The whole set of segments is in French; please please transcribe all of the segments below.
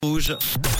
Rouge.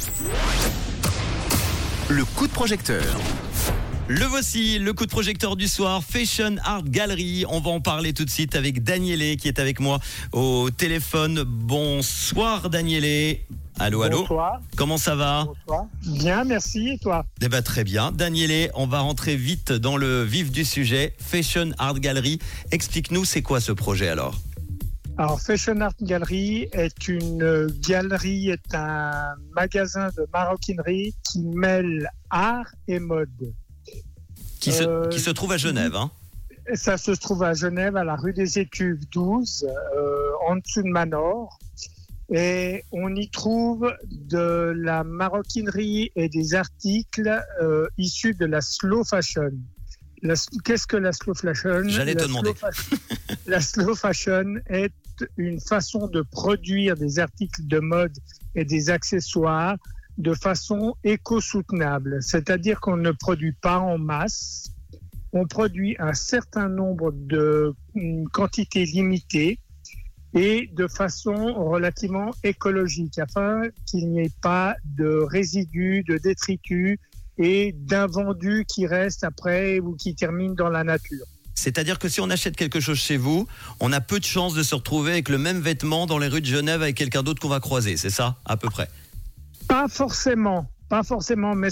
Le coup de projecteur. Le voici, le coup de projecteur du soir, Fashion Art Gallery. On va en parler tout de suite avec Daniele qui est avec moi au téléphone. Bonsoir Daniele. Allô. Bonsoir. Comment ça va ? Bonsoir. Bien, merci. Et toi ? Très bien. Daniele, on va rentrer vite dans le vif du sujet. Fashion Art Gallery. Explique-nous, c'est quoi ce projet alors ? Alors, Fashion Art Gallery est une galerie, est un magasin de maroquinerie qui mêle art et mode. Qui se trouve à Genève, hein ? Ça se trouve à Genève, à la rue des Étuves 12, en dessous de Manor. Et on y trouve de la maroquinerie et des articles issus de la slow fashion. Qu'est-ce que la slow fashion ? J'allais te demander. La slow fashion est une façon de produire des articles de mode et des accessoires de façon éco-soutenable. C'est-à-dire qu'on ne produit pas en masse, on produit un certain nombre de quantités limitées et de façon relativement écologique, afin qu'il n'y ait pas de résidus, de détritus et d'invendus qui restent après ou qui terminent dans la nature. C'est-à-dire que si on achète quelque chose chez vous, on a peu de chances de se retrouver avec le même vêtement dans les rues de Genève avec quelqu'un d'autre qu'on va croiser, c'est ça, à peu près ? Pas forcément, mais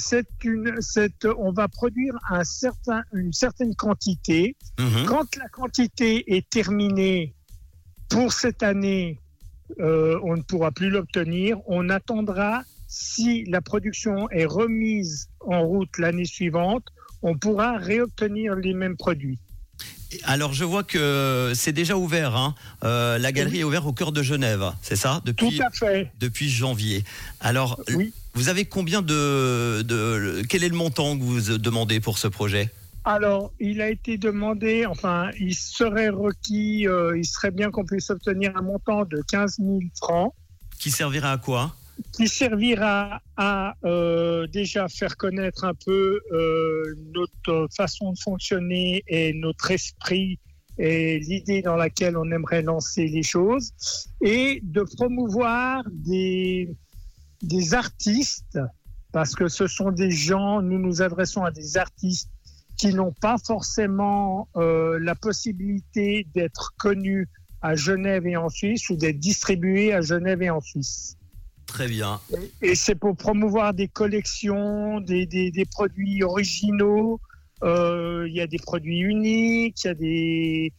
on va produire une certaine quantité. Quand la quantité est terminée pour cette année, on ne pourra plus l'obtenir. On attendra. Si la production est remise en route l'année suivante, on pourra réobtenir les mêmes produits. Alors je vois que c'est déjà ouvert, hein. La galerie est ouverte au cœur de Genève, c'est ça ? Tout à fait. Depuis janvier. Alors, oui. Vous avez combien quel est le montant que vous demandez pour ce projet ? Alors, il a été demandé, il serait requis, il serait bien qu'on puisse obtenir un montant de 15 000 francs. Qui servira à quoi ? Qui servira à déjà faire connaître un peu notre façon de fonctionner et notre esprit et l'idée dans laquelle on aimerait lancer les choses, et de promouvoir des artistes, parce que ce sont des gens, nous nous adressons à des artistes qui n'ont pas forcément la possibilité d'être connus à Genève et en Suisse ou d'être distribués à Genève et en Suisse. Très bien. Et c'est pour promouvoir des collections, des produits originaux. Il y a des produits uniques, il y a des...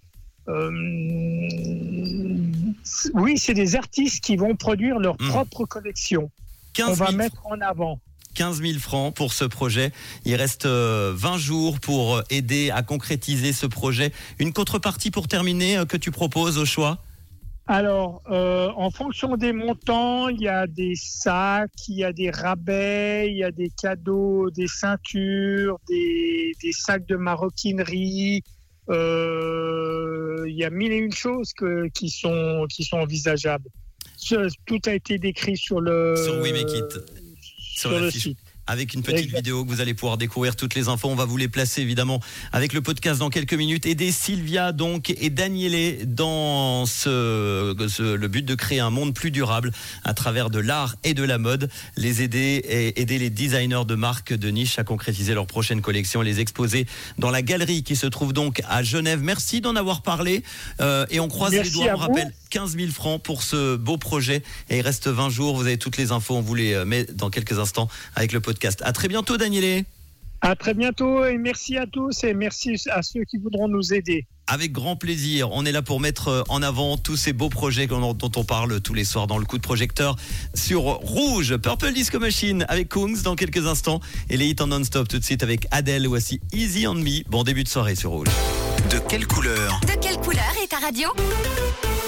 Oui, c'est des artistes qui vont produire leur propre collection. On va mettre en avant. 15 000 francs pour ce projet. Il reste 20 jours pour aider à concrétiser ce projet. Une contrepartie pour terminer que tu proposes au choix ? Alors, en fonction des montants, il y a des sacs, il y a des rabais, il y a des cadeaux, des ceintures, des sacs de maroquinerie. Il y a mille et une choses qui sont envisageables. Tout a été décrit sur We Make It. Sur le site. Avec une petite vidéo que vous allez pouvoir découvrir toutes les infos. On va vous les placer évidemment avec le podcast dans quelques minutes. Aider Sylvia donc et Daniele dans le but de créer un monde plus durable à travers de l'art et de la mode. Les aider et aider les designers de marques de niche à concrétiser leur prochaine collection, les exposer dans la galerie qui se trouve donc à Genève. Merci d'en avoir parlé et on croise les doigts. On rappelle 15 000 francs pour ce beau projet et il reste 20 jours. Vous avez toutes les infos. On vous les met dans quelques instants avec le podcast. À très bientôt, Daniele. À très bientôt et merci à tous et merci à ceux qui voudront nous aider. Avec grand plaisir. On est là pour mettre en avant tous ces beaux projets dont on parle tous les soirs dans le coup de projecteur sur Rouge. Purple Disco Machine avec Kungs dans quelques instants et les hits en non-stop tout de suite avec Adele. Voici Easy on Me. Bon début de soirée sur Rouge. De quelle couleur est ta radio ?